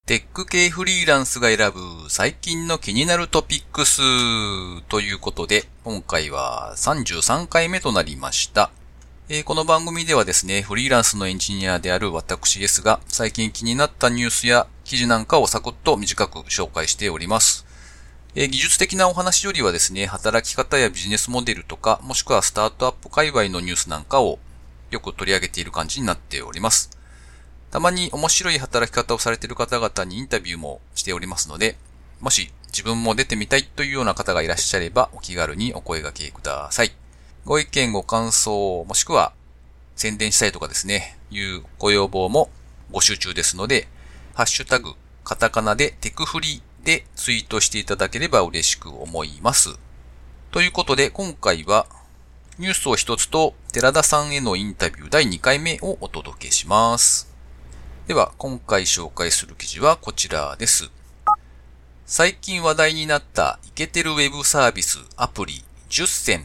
テック系フリーランスが選ぶ最近の気になるトピックスということで、今回は33回目となりました。この番組ではですね、フリーランスのエンジニアである私ですが、最近気になったニュースや記事なんかをサクッと短く紹介しております。技術的なお話よりはですね、働き方やビジネスモデルとか、もしくはスタートアップ界隈のニュースなんかをよく取り上げている感じになっております。たまに面白い働き方をされている方々にインタビューもしておりますので、もし自分も出てみたいというような方がいらっしゃればお気軽にお声掛けください。ご意見ご感想、もしくは宣伝したいとかですね、いうご要望も募集中ですので、ハッシュタグ、カタカナでテクフリでツイートしていただければ嬉しく思います。ということで今回はニュースを一つと寺田さんへのインタビュー第2回目をお届けします。では今回紹介する記事はこちらです。最近話題になったイケてるウェブサービスアプリ10選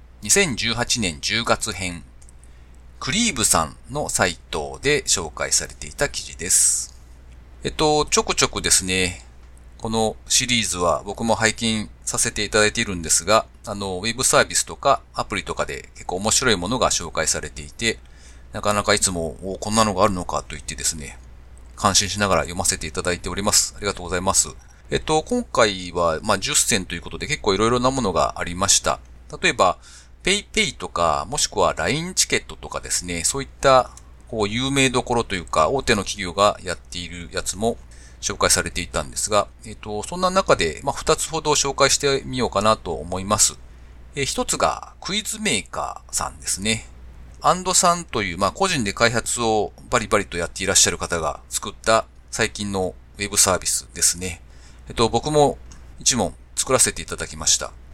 2018年10月編クリーブさんのサイトで紹介されていた記事です。ちょくちょくですね、このシリーズは僕も拝見させていただいているんですが、ウェブサービスとかアプリとかで結構面白いものが紹介されていて、なかなかいつもこんなのがあるのかと言ってですね、感心しながら読ませていただいております。ありがとうございます。今回は10選ということで結構いろいろなものがありました。例えば、PayPay とか、もしくは LINE チケットとかですね、そういった有名どころというか、大手の企業がやっているやつも紹介されていたんですが、そんな中で、2つほど紹介してみようかなと思います。一つが、クイズメーカーさんですね。アンドさんという、個人で開発をバリバリとやっていらっしゃる方が作った最近のウェブサービスですね。僕も一問作らせていただきました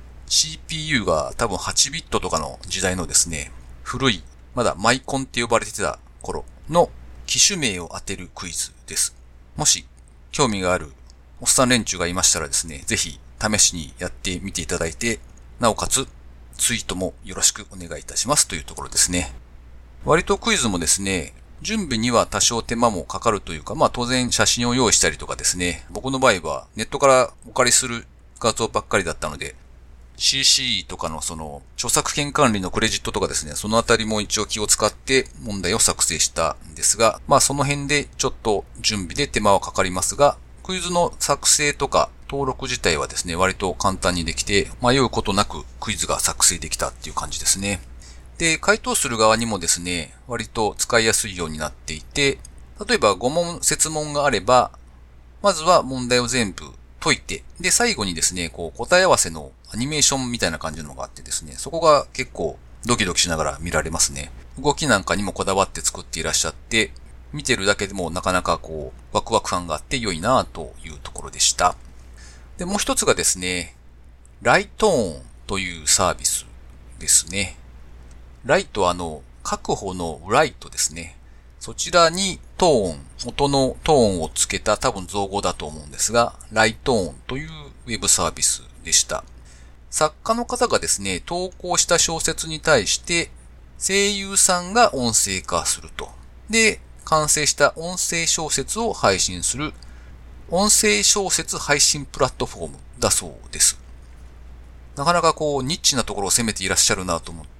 。CPU が多分8ビットとかの時代のですね、古い、まだマイコンって呼ばれてた頃の機種名を当てるクイズです。もし興味があるおっさん連中がいましたらですね、ぜひ試しにやってみていただいて、なおかつツイートもよろしくお願いいたしますというところですね。割とクイズもですね、準備には多少手間もかかるというか、当然写真を用意したりとかですね、僕の場合はネットからお借りする画像ばっかりだったので、CC とかの著作権管理のクレジットとかですね、そのあたりも一応気を使って問題を作成したんですが、その辺でちょっと準備で手間はかかりますが、クイズの作成とか登録自体はですね、割と簡単にできて、迷うことなくクイズが作成できたっていう感じですね。で、回答する側にもですね、割と使いやすいようになっていて、例えば5問設問があれば、まずは問題を全部解いて、で、最後にですね、答え合わせのアニメーションみたいな感じのがあってですね、そこが結構ドキドキしながら見られますね。動きなんかにもこだわって作っていらっしゃって、見てるだけでもなかなかワクワク感があって良いなというところでした。で、もう一つがですね、ライトーンというサービスですね。ライトは確保のライトですね。そちらにトーン、音のトーンをつけた多分造語だと思うんですが、ライトーンというウェブサービスでした。作家の方がですね、投稿した小説に対して声優さんが音声化すると。で、完成した音声小説を配信する音声小説配信プラットフォームだそうです。なかなかニッチなところを攻めていらっしゃるなと思って、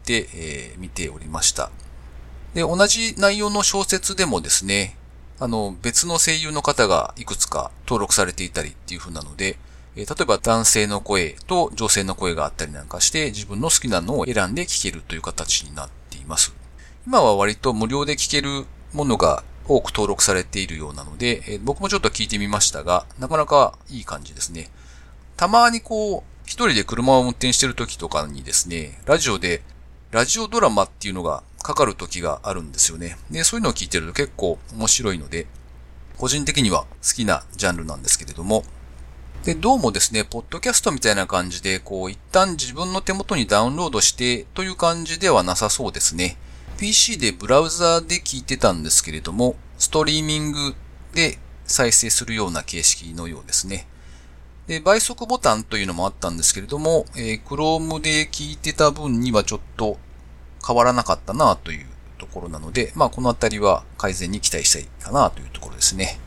見ておりました。で、同じ内容の小説でもですね、別の声優の方がいくつか登録されていたりっていう風なので、例えば男性の声と女性の声があったりなんかして自分の好きなのを選んで聞けるという形になっています。今は割と無料で聞けるものが多く登録されているようなので、僕もちょっと聞いてみましたが、なかなかいい感じですね。たまに一人で車を運転してる時とかにですね、ラジオドラマっていうのがかかる時があるんですよね。で、そういうのを聞いてると結構面白いので、個人的には好きなジャンルなんですけれども、で、どうもですね、ポッドキャストみたいな感じで、一旦自分の手元にダウンロードしてという感じではなさそうですね。PC でブラウザで聞いてたんですけれども、ストリーミングで再生するような形式のようですね。で、倍速ボタンというのもあったんですけれども、Chrome で聞いてた分にはちょっと変わらなかったなというところなので、このあたりは改善に期待したいかなというところですね。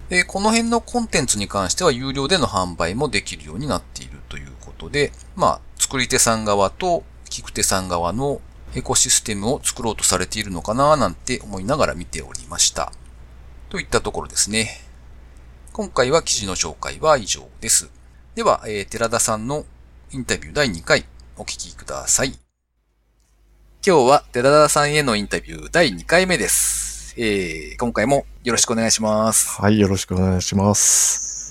この辺のコンテンツに関しては有料での販売もできるようになっているということで、作り手さん側と聞く手さん側のエコシステムを作ろうとされているのかななんて思いながら見ておりました。といったところですね。今回は記事の紹介は以上です。では、寺田さんのインタビュー第2回お聞きください。今日は寺田さんへのインタビュー第2回目です。今回もよろしくお願いします。 はい、よろしくお願いします。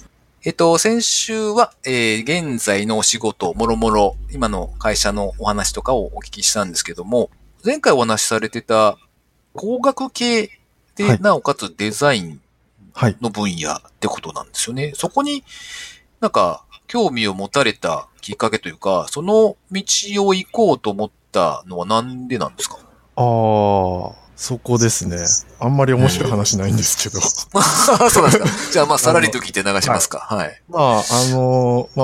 先週は、現在のお仕事、もろもろ、今の会社のお話とかをお聞きしたんですけども、前回お話しされてた工学系で、はい、なおかつデザインの分野ってことなんですよね。そこになんか興味を持たれたきっかけというか、その道を行こうと思ったのはなんでなんですか？ そこですね。あんまり面白い話ないんですけど。 そうなんですか。じゃあさらりと聞いて流しますか。はい。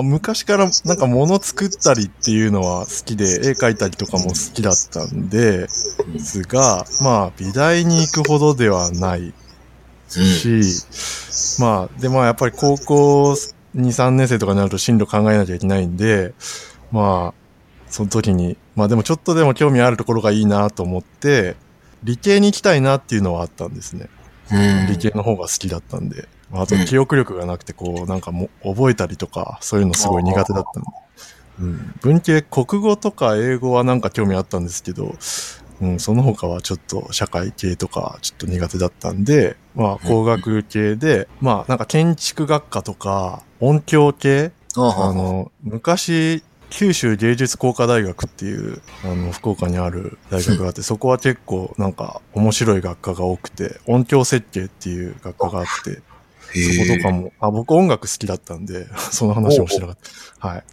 昔からなんか物作ったりっていうのは好きで、絵描いたりとかも好きだったんですが、美大に行くほどではないし、やっぱり高校2、3年生とかになると進路考えなきゃいけないんで、その時に、でもちょっとでも興味あるところがいいなと思って、理系に行きたいなっていうのはあったんですね。理系の方が好きだったんで。あと記憶力がなくて覚えたりとか、そういうのすごい苦手だったんで。文系、国語とか英語は興味あったんですけど、その他はちょっと社会系とかちょっと苦手だったんで、工学系で、建築学科とか音響系、昔、九州芸術工科大学っていう、福岡にある大学があって、そこは結構面白い学科が多くて、音響設計っていう学科があって、そことかも、僕音楽好きだったんで、その話もしなかった。はい。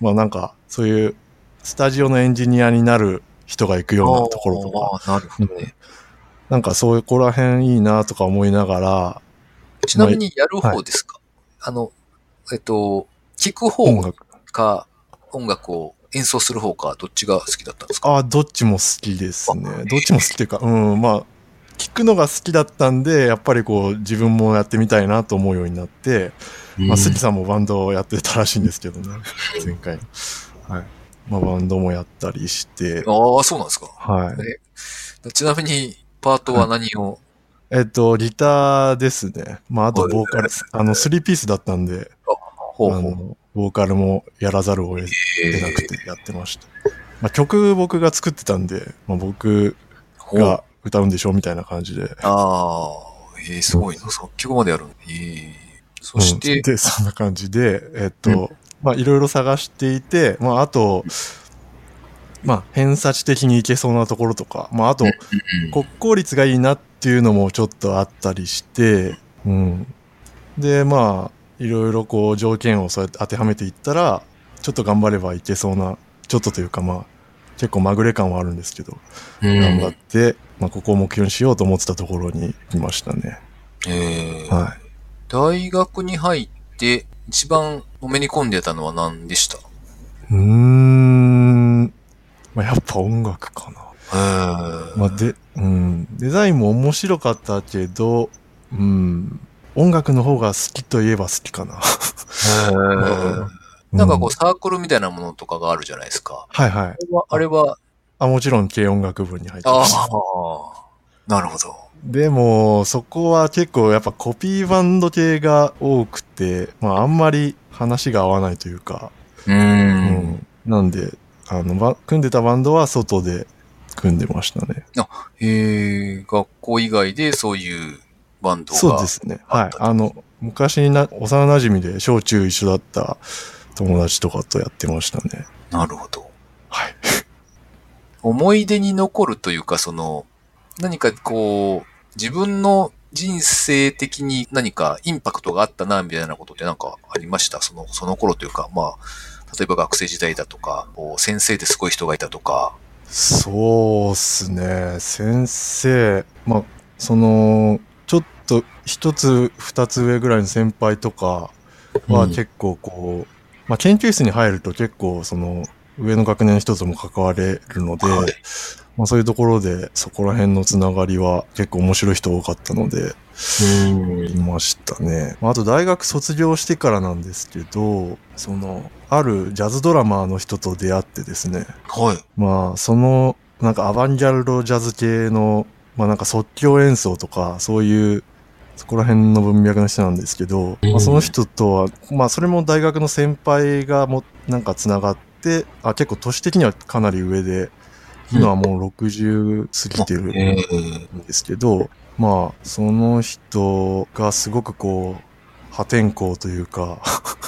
そういうスタジオのエンジニアになる人が行くようなところとか。 なるほどね。 そこら辺いいなとか思いながら。 ちなみにやる方ですか？聞く方か、音楽を演奏する方か、どっちが好きだったんですか？ どっちも好きですね。どっちも好きというか、聞くのが好きだったんで、やっぱり自分もやってみたいなと思うようになって、杉さんもバンドをやってたらしいんですけどね、前回。はい。バンドもやったりして。 そうなんですか。 はい。 ちなみに、パートは何を？ ギターですね。あとボーカル、3ピースだったんで、ボーカルもやらざるを得なくてやってました。曲僕が作ってたんで、僕が歌うんでしょみたいな感じで。 すごいな。作曲までやる。そして、 で、そんな感じで、いろいろ探していて、あと、偏差値的に行けそうなところとか、あと、国公立がいいなっていうのもちょっとあったりして、で、いろいろ条件をそうやって当てはめていったら、ちょっと頑張ればいけそうな、ちょっとというか結構まぐれ感はあるんですけど、頑張って、ここを目標にしようと思ってたところにいましたね。 はい。大学に入って一番のめり込んでたのは何でした？ やっぱ音楽かな。デザインも面白かったけど、音楽の方が好きといえば好きかな。 サークルみたいなものとかがあるじゃないですか。 はいはい。 あれはもちろん軽音楽部に入ってました。 なるほど。 でも、そこは結構やっぱコピーバンド系が多くて、あんまり話が合わないというか。なんで、組んでたバンドは外で組んでましたね。 学校以外でそういうバンドが。 そうですね。はい。昔幼馴染で小中一緒だった友達とかとやってましたね。 なるほど。 はい。 思い出に残るというか、何か自分の人生的に何かインパクトがあったな、みたいなことってありました？その頃というか、例えば学生時代だとか、先生ですごい人がいたとか。 そうっすね。先生、ちょっと一つ二つ上ぐらいの先輩とかは結構研究室に入ると結構上の学年の人とも関われるので、 まあそういうところでそこら辺のつながりは結構面白い人多かったので、いましたね。あと大学卒業してからなんですけど、あるジャズドラマーの人と出会ってですね。 はい。 まあなんかアバンギャルドジャズ系の、まあなんか即興演奏とか、そういうそこら辺の文脈の人なんですけど、まあ、その人とは、まあそれも大学の先輩がなんか繋がって、結構年的にはかなり上で、今はもう60過ぎてるんですけど、まあその人がすごくこう、破天荒というか、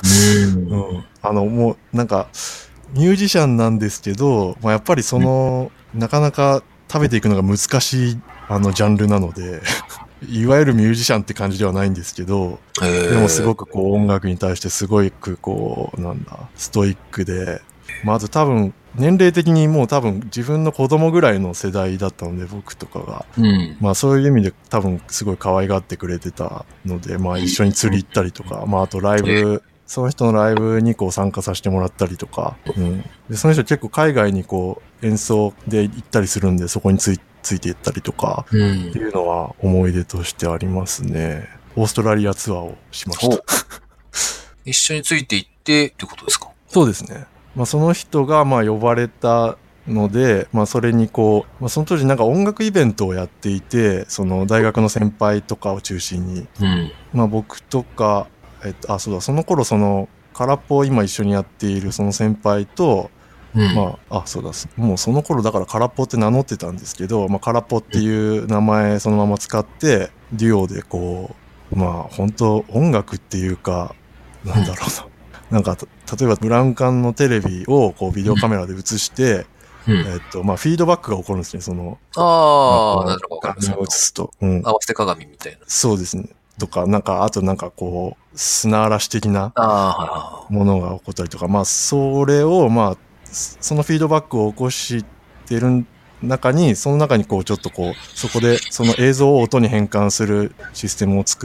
もうなんか、ミュージシャンなんですけど、まあやっぱりなかなか食べていくのが難しい、ジャンルなので、いわゆるミュージシャンって感じではないんですけど、でもすごくこう音楽に対してすごくこう、ストイックで、まず多分、年齢的にもう多分自分の子供ぐらいの世代だったので、僕とかが。まあそういう意味で多分すごい可愛がってくれてたので、まあ一緒に釣り行ったりとか、まああとライブ、その人のライブにこう参加させてもらったりとか、でその人結構海外にこう演奏で行ったりするんで、そこについていったりとか、っていうのは思い出としてありますね。オーストラリアツアーをしました。 一緒について行ってってことですか？ そうですね。まあその人がまあ呼ばれたので、まあそれにこう、まあその当時なんか音楽イベントをやっていて、その大学の先輩とかを中心に、まあ僕とか、そうだ、その頃空っぽを今一緒にやっているその先輩と、まあ、そうだ、もうその頃だから空っぽって名乗ってたんですけど、まあ空っぽっていう名前そのまま使って、デュオでこう、まあ本当音楽っていうか、なんだろうな。なんか、例えばブラウン管のテレビをこうビデオカメラで映して、まあフィードバックが起こるんですね、 なるほど。 画面を映すと。 合わせ鏡みたいな。 そうですね。とか、なんか、あとなんかこう、砂嵐的なものが起こったりとか、まあ、それを、まあ、そのフィードバックを起こしてる中に、その中にこう、ちょっとこう、そこでその映像を音に変換するシステムを作って、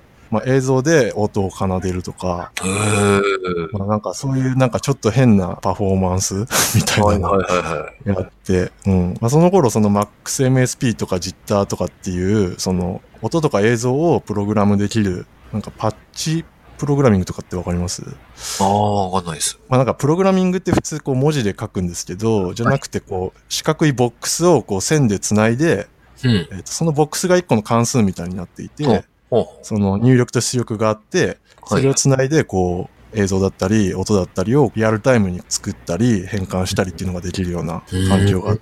まあ、映像で音を奏でるとか、まあ、なんかそういうなんかちょっと変なパフォーマンスみたいなのをやって、まあ、その頃その MaxMSP とかジッターとかっていう、その音とか映像をプログラムできる、なんかパッチプログラミングとかってわかります？ わかんないです。 まあなんかプログラミングって普通こう文字で書くんですけど、じゃなくてこう四角いボックスをこう線でつないで、そのボックスが一個の関数みたいになっていて、その入力と出力があって、それをつないでこう映像だったり音だったりをリアルタイムに作ったり変換したりっていうのができるような環境があって、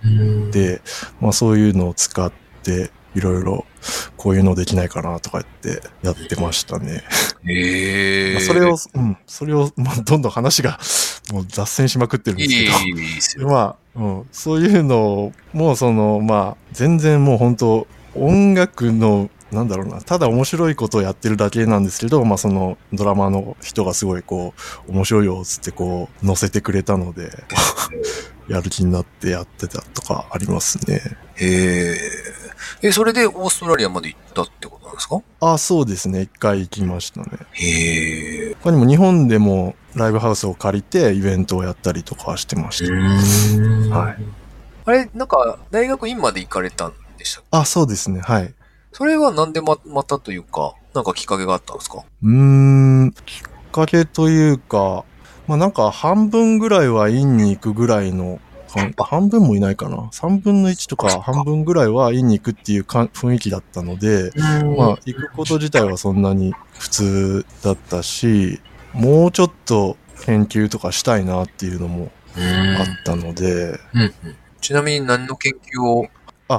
まあそういうのを使っていろいろこういうのできないかなとか言ってやってましたね。まあそれを、まあどんどん話がもう脱線しまくってるんですけど、まあ、そういうのもまあ全然もう本当音楽のなんだろうな、ただ面白いことをやってるだけなんですけど、まあそのドラマの人がすごいこう面白いよつってこう乗せてくれたのでやる気になってやってたとかありますね。 それでオーストラリアまで行ったってことなんですか？ そうですね。一回行きましたね。他にも日本でもライブハウスを借りてイベントをやったりとかしてました。はい。 あれ、なんか大学院まで行かれたんでしたっけ？ そうですね。はい。 それはなんでまたというか、なんかきっかけがあったんですか？ きっかけというか、まあなんか半分ぐらいは院に行くぐらいの、半分もいないかな。3分の1とか半分ぐらいは院に行くっていう雰囲気だったので、まあ行くこと自体はそんなに普通だったし、もうちょっと研究とかしたいなっていうのもあったので。 ちなみに何の研究を？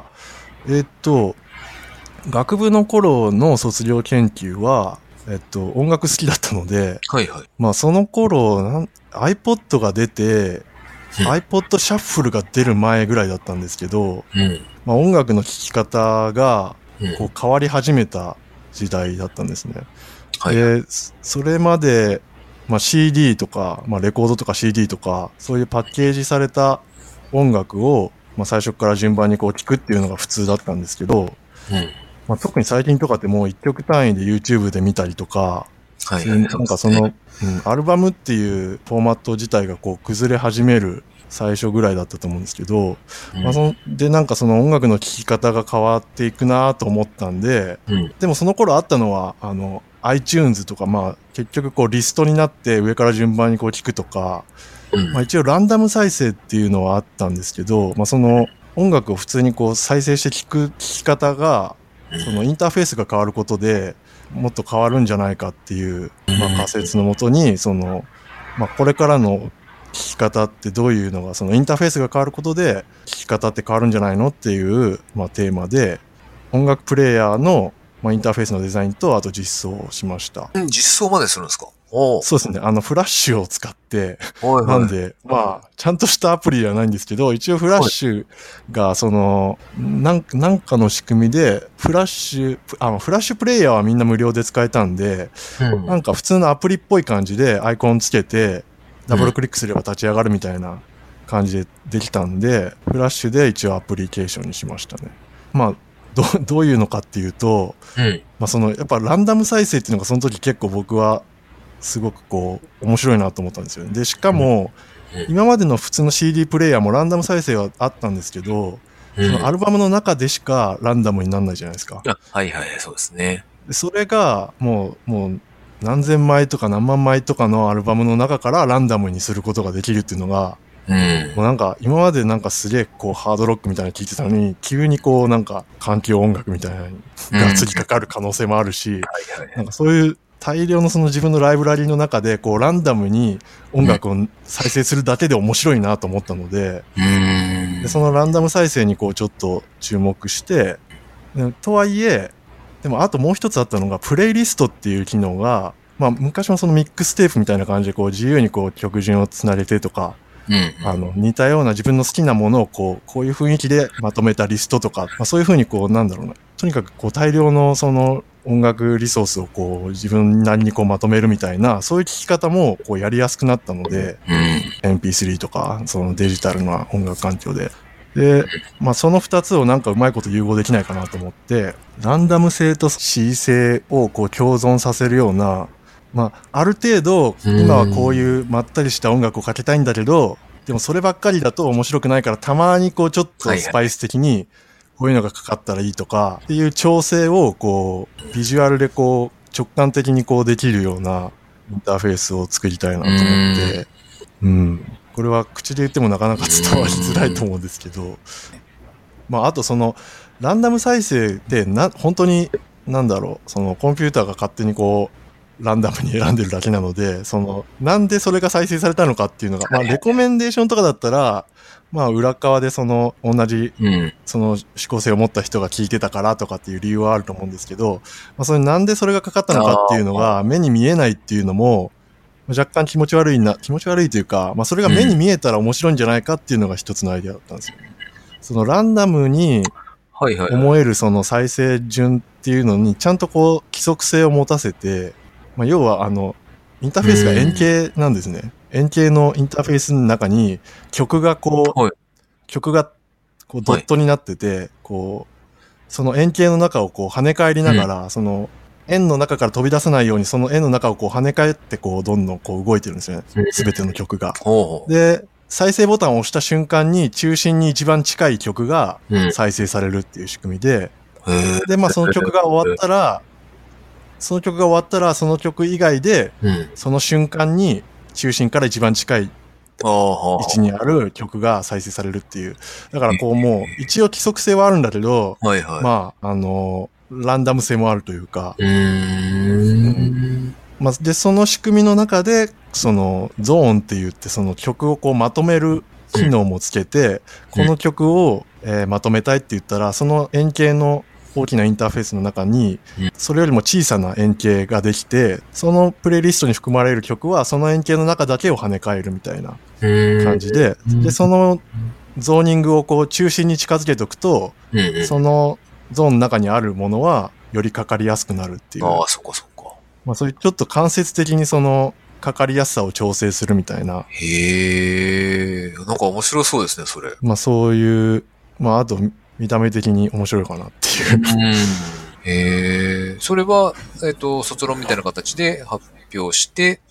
学部の頃の卒業研究は、音楽好きだったので、まあその頃iPod が出て、iPod シャッフルが出る前ぐらいだったんですけど、まあ音楽の聴き方がこう変わり始めた時代だったんですね。で、それまで、まあ CD とか、まあレコードとか CD とか、そういうパッケージされた音楽を、まあ最初から順番にこう聴くっていうのが普通だったんですけど、まあ、特に最近とかってもう一曲単位で YouTube で見たりとか、なんかアルバムっていうフォーマット自体がこう崩れ始める最初ぐらいだったと思うんですけど、 うんまあで、なんかその音楽の聴き方が変わっていくなと思ったんで、 うん。 でもその頃あったのは、iTunes とか、まあ、結局こうリストになって上から順番にこう聴くとか、 うんまあ一応ランダム再生っていうのはあったんですけど、まあその音楽を普通にこう再生して聴き方が、そのインターフェースが変わることでもっと変わるんじゃないかっていう、まあ仮説のもとに、まあこれからの聴き方ってどういうのが、そのインターフェースが変わることで聴き方って変わるんじゃないのっていう、まあテーマで、音楽プレイヤーの、まあ、インターフェースのデザインと、あと実装をしました。 実装までするんですか？おそうですね。フラッシュを使って、 はいはい。 なんで、まあ、ちゃんとしたアプリではないんですけど、一応フラッシュが、なんかの仕組みで、フラッシュプレイヤーはみんな無料で使えたんで、なんか普通のアプリっぽい感じでアイコンつけて、ダブルクリックすれば立ち上がるみたいな感じでできたんで、フラッシュで一応アプリケーションにしましたね。まあ、どういうのかっていうと、まあやっぱランダム再生っていうのがその時結構僕はすごくこう面白いなと思ったんですよね。で、しかも、今までの普通の CD プレイヤーもランダム再生はあったんですけど、そのアルバムの中でしかランダムにならないじゃないですか。 はいはい、そうですね。 でそれがもう何千枚とか何万枚とかのアルバムの中からランダムにすることができるっていうのが、もうなんか今までなんかすげえこうハードロックみたいなの聞いてたのに、急にこうなんか環境音楽みたいなのが次かかる可能性もあるし、なんかそういう大量のその自分のライブラリーの中でこうランダムに音楽を再生するだけで面白いなと思ったので、でそのランダム再生にこうちょっと注目して、とはいえ、でもあともう一つあったのがプレイリストっていう機能が、まあ昔もそのミックステープみたいな感じでこう自由にこう曲順をつなげてとか、似たような自分の好きなものをこういう雰囲気でまとめたリストとか、まあそういう風にこうなんだろうな、とにかくこう大量のその音楽リソースをこう自分なりにこうまとめるみたいな、そういう聞き方もこうやりやすくなったので、MP3 とかそのデジタルな音楽環境で。で、まあその二つをなんかうまいこと融合できないかなと思って、ランダム性と恣意性をこう共存させるような、まあある程度今はこういうまったりした音楽をかけたいんだけど、でもそればっかりだと面白くないからたまにこうちょっとスパイス的にこういうのがかかったらいいとかっていう調整をこうビジュアルでこう直感的にこうできるようなインターフェースを作りたいなと思って、これは口で言ってもなかなか伝わりづらいと思うんですけど、まああとそのランダム再生って本当になんだろう、そのコンピューターが勝手にこうランダムに選んでるだけなので、なんでそれが再生されたのかっていうのが、まあレコメンデーションとかだったら、まあ裏側でその同じその思考性を持った人が聞いてたからとかっていう理由はあると思うんですけど、まあそれなんでそれがかかったのかっていうのが目に見えないっていうのも若干気持ち悪いというか、まあそれが目に見えたら面白いんじゃないかっていうのが一つのアイデアだったんですよ。そのランダムに思えるその再生順っていうのにちゃんとこう規則性を持たせて、まあ要はインターフェースが円形なんですね。円形のインターフェースの中に曲がこうドットになってて、こう、その円形の中をこう跳ね返りながら、その円の中から飛び出さないようにその円の中をこう跳ね返ってこうどんどんこう動いてるんですよね。すべての曲が。で、再生ボタンを押した瞬間に中心に一番近い曲が再生されるっていう仕組みで、で、まあその曲が終わったら、その曲以外で、その瞬間に中心から一番近い位置にある曲が再生されるっていう。だからこうもう、一応規則性はあるんだけど、まあ、ランダム性もあるというか、まあ、で、その仕組みの中で、そのゾーンって言ってその曲をこうまとめる機能もつけて、この曲を、まとめたいって言ったら、その円形の大きなインターフェースの中に、それよりも小さな円形ができて、そのプレイリストに含まれる曲は、その円形の中だけを跳ね返るみたいな感じで、で、そのゾーニングをこう中心に近づけておくと、そのゾーンの中にあるものは、よりかかりやすくなるっていう。まあそういうちょっと間接的にその、かかりやすさを調整するみたいな。 へー。なんか面白そうですね、それ。 まあそういう、まああと、見た目的に面白いかなっていう。 それは、卒論みたいな形で発表して、 はい。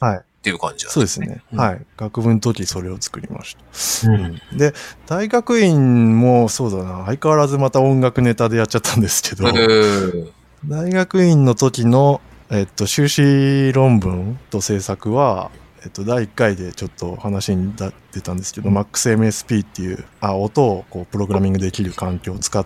っていう感じなんそうですね。はい。学部の時それを作りました。で、大学院もそうだな、相変わらずまた音楽ネタでやっちゃったんですけど、大学院の時の、修士論文と制作は、第1回でちょっと話に出たんですけど、MaxMSP っていう、音をこうプログラミングできる環境を使って、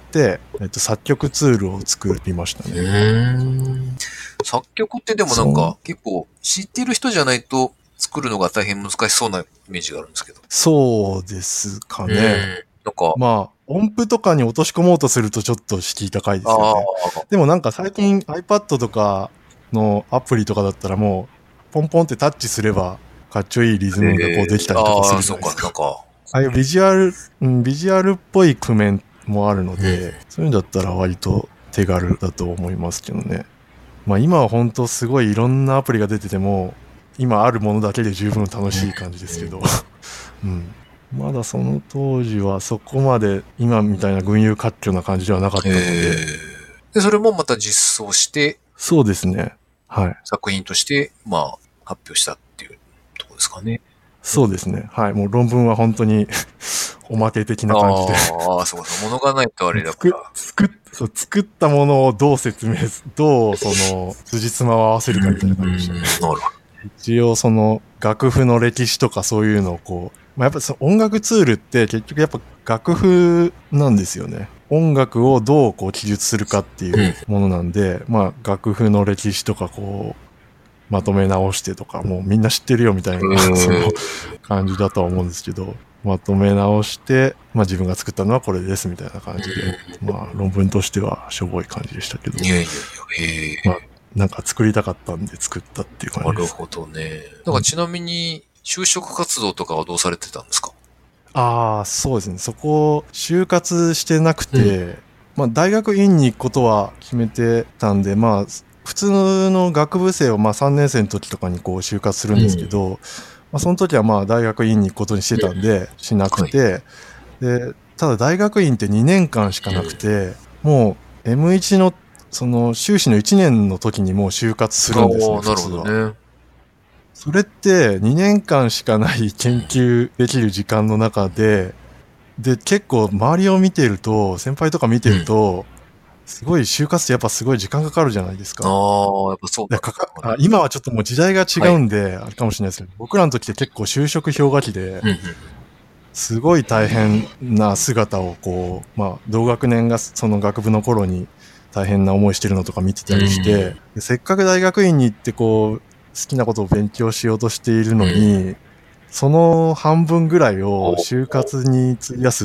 作曲ツールを作りましたね。 作曲ってでもなんか結構知ってる人じゃないと作るのが大変難しそうなイメージがあるんですけど。 そうですかね。 なんかまあ、音符とかに落とし込もうとするとちょっと敷居高いですよね。でもなんか最近 iPad とかのアプリとかだったらもう、ポンポンってタッチすれば、かっちょいいリズムがこうできたりとかするじゃないですか。ああいうビジュアルっぽい譜面もあるので、そういうんだったら割と手軽だと思いますけどね。まあ今は本当すごいいろんなアプリが出てても、今あるものだけで十分楽しい感じですけど、まだその当時はそこまで今みたいな群雄割拠な感じではなかったので。 で、それもまた実装して、 そうですね。はい。 作品として、まあ、発表したっていうところですかね。 そうですね。はい。もう論文は本当におまけ的な感じで。 ああ、そうか。物がないとあれだから。 作ったものをどうその、辻褄を合わせるかみたいな感じでしたね。 なるほど。 一応その、楽譜の歴史とかそういうのをこう、やっぱその音楽ツールって結局やっぱ楽譜なんですよね。音楽をどうこう記述するかっていうものなんで、楽譜の歴史とかこう、まとめ直してとか、もうみんな知ってるよみたいな、その感じだとは思うんですけど、まとめ直して、自分が作ったのはこれですみたいな感じで、論文としてはしょぼい感じでしたけど、なんか作りたかったんで作ったっていう感じです。 なるほどね。なんかちなみに、就職活動とかはどうされてたんですか？ そうですね。そこ、就活してなくて、大学院に行くことは決めてたんで、普通の学部生を3年生の時とかにこう就活するんですけど、その時は大学院に行くことにしてたんで、しなくて、で、ただ大学院って2年間しかなくて、もう M1 のその修士の1年の時にもう就活するんですね。 なるほどね。 それって2年間しかない研究できる時間の中で、結構周りを見てると、先輩とか見てると、すごい就活ってやっぱすごい時間かかるじゃないですか。 やっぱそうだ。 今はちょっともう時代が違うんで、あれかもしれないですけど、僕らの時って結構就職氷河期で、すごい大変な姿をこう、同学年がその学部の頃に大変な思いしてるのとか見てたりして、せっかく大学院に行ってこう、好きなことを勉強しようとしているのに、その半分ぐらいを就活に費やすって、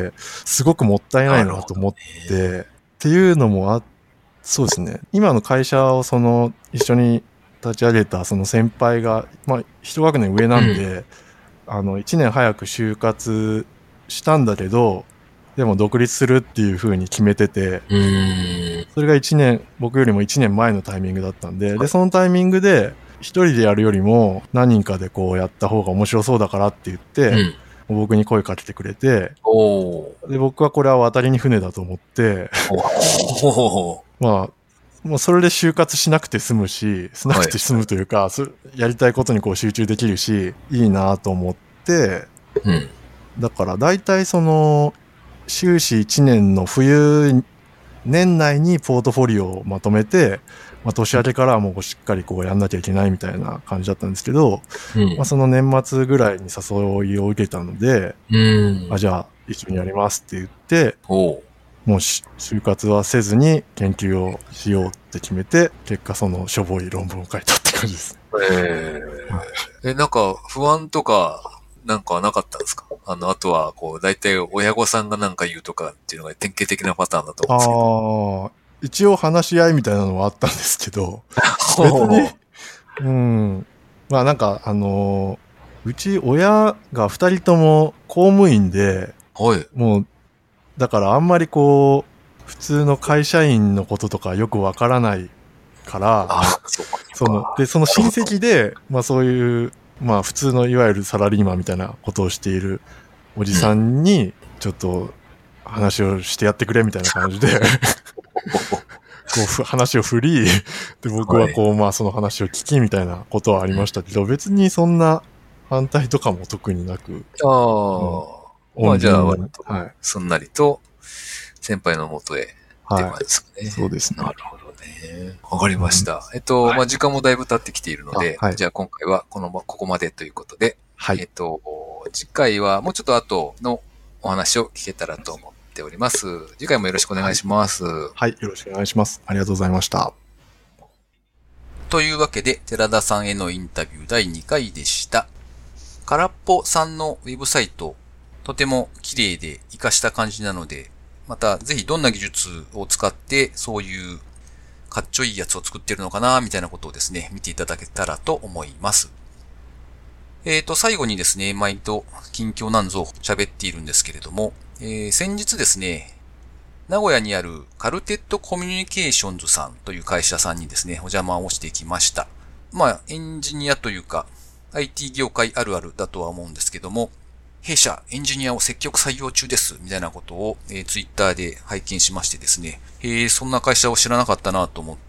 すごくもったいないなと思って、っていうのもそうですね。今の会社を一緒に立ち上げたその先輩が、一学年上なんで、1年早く就活したんだけど、でも独立するっていう風に決めてて、それが僕よりも1年前のタイミングだったんで、そのタイミングで、一人でやるよりも何人かでこうやった方が面白そうだからって言って、僕に声かけてくれて、で僕はこれは渡りに船だと思って、もうそれで就活しなくて済むというか、やりたいことにこう集中できるし、いいなと思って、だから大体その修士1年の年内にポートフォリオをまとめて、年明けからはもうしっかりこうやんなきゃいけないみたいな感じだったんですけど、その年末ぐらいに誘いを受けたので、じゃあ一緒にやりますって言って、もう就活はせずに研究をしようって決めて、結果そのしょぼい論文を書いたって感じです。 なんか不安とかなんかなかったんですか？あとはこう大体親御さんがなんか言うとかっていうのが典型的なパターンだと思うんですけど。 一応話し合いみたいなのはあったんですけど、別に、なんかうち親が2人とも公務員で、もう、だからあんまりこう、普通の会社員のこととかよくわからないから、その親戚で、そういう、普通のいわゆるサラリーマンみたいなことをしているおじさんに、ちょっと話をしてやってくれみたいな感じで、 話を振り、で、僕はその話を聞きみたいなことはありましたけど、別にそんな反対とかも特になく。 まあじゃあ、割と、すんなりと先輩の元へって感じですかね。 そうですね。 なるほどね。わかりました。まあ時間もだいぶ経ってきているので、じゃあ今回はここまでということで、次回はもうちょっと後のお話を聞けたらと思っております。次回もよろしくお願いします。 はい、よろしくお願いします。ありがとうございました。 というわけで、寺田さんへのインタビュー第2回でした。空っぽさんのウェブサイト、とても綺麗で活かした感じなので、またぜひどんな技術を使ってそういうかっちょいいやつを作ってるのかなみたいなことをですね、見ていただけたらと思います。最後にですね、毎度近況なんぞ喋っているんですけれども、先日ですね、名古屋にあるカルテットコミュニケーションズさんという会社さんにですね、お邪魔をしてきました。まあ、エンジニアというか、IT 業界あるあるだとは思うんですけども、弊社エンジニアを積極採用中です、みたいなことを、ツイッターで拝見しましてですね、そんな会社を知らなかったなと思って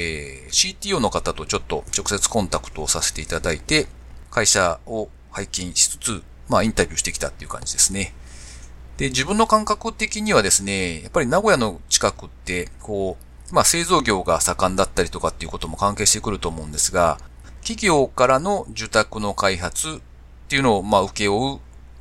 、CTO の方とちょっと直接コンタクトをさせていただいて、会社を拝見しつつ、まあインタビューしてきたっていう感じですね。で、自分の感覚的にはですね、やっぱり名古屋の近くって、まあ製造業が盛んだったりとかっていうことも関係してくると思うんですが、企業からの受託の開発っていうのをまあ請け負う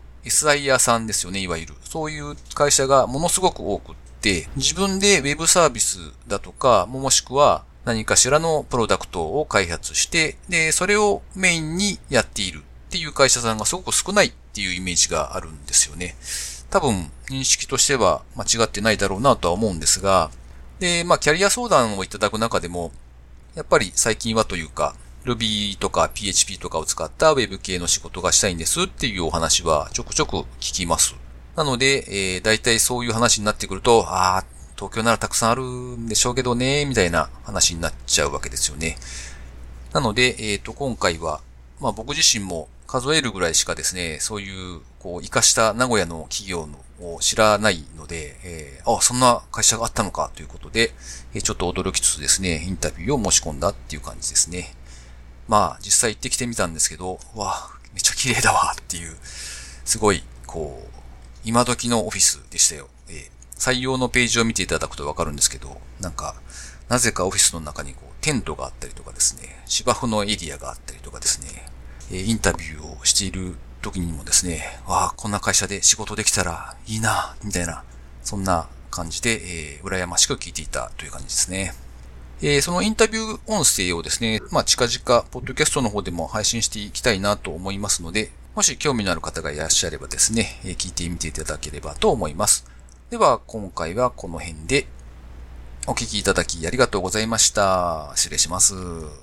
SIR さんですよね、いわゆる。そういう会社がものすごく多くって、自分でウェブサービスだとか、もしくは何かしらのプロダクトを開発して、で、それをメインにやっているっていう会社さんがすごく少ないっていうイメージがあるんですよね。多分、認識としては間違ってないだろうなとは思うんですが、で、まあ、キャリア相談をいただく中でも、やっぱり最近はというか、Ruby とか PHP とかを使った Web 系の仕事がしたいんですっていうお話はちょくちょく聞きます。なので、大体そういう話になってくると、東京ならたくさんあるんでしょうけどね、みたいな話になっちゃうわけですよね。なので、今回は、まあ僕自身も数えるぐらいしかですね、そういう、活かした名古屋の企業を知らないので、そんな会社があったのかということで、ちょっと驚きつつですね、インタビューを申し込んだっていう感じですね。まあ、実際行ってきてみたんですけど、めっちゃ綺麗だわっていう、すごい、今時のオフィスでしたよ。採用のページを見ていただくとわかるんですけど、なぜかオフィスの中にテントがあったりとかですね、芝生のエリアがあったりとかですね、インタビューをしている時にもですね、こんな会社で仕事できたらいいな、みたいな、そんな感じで、羨ましく聞いていたという感じですね。そのインタビュー音声をですね、まあ近々、ポッドキャストの方でも配信していきたいなと思いますので、もし興味のある方がいらっしゃればですね、聞いてみていただければと思います。では、今回はこの辺で、お聞きいただきありがとうございました。失礼します。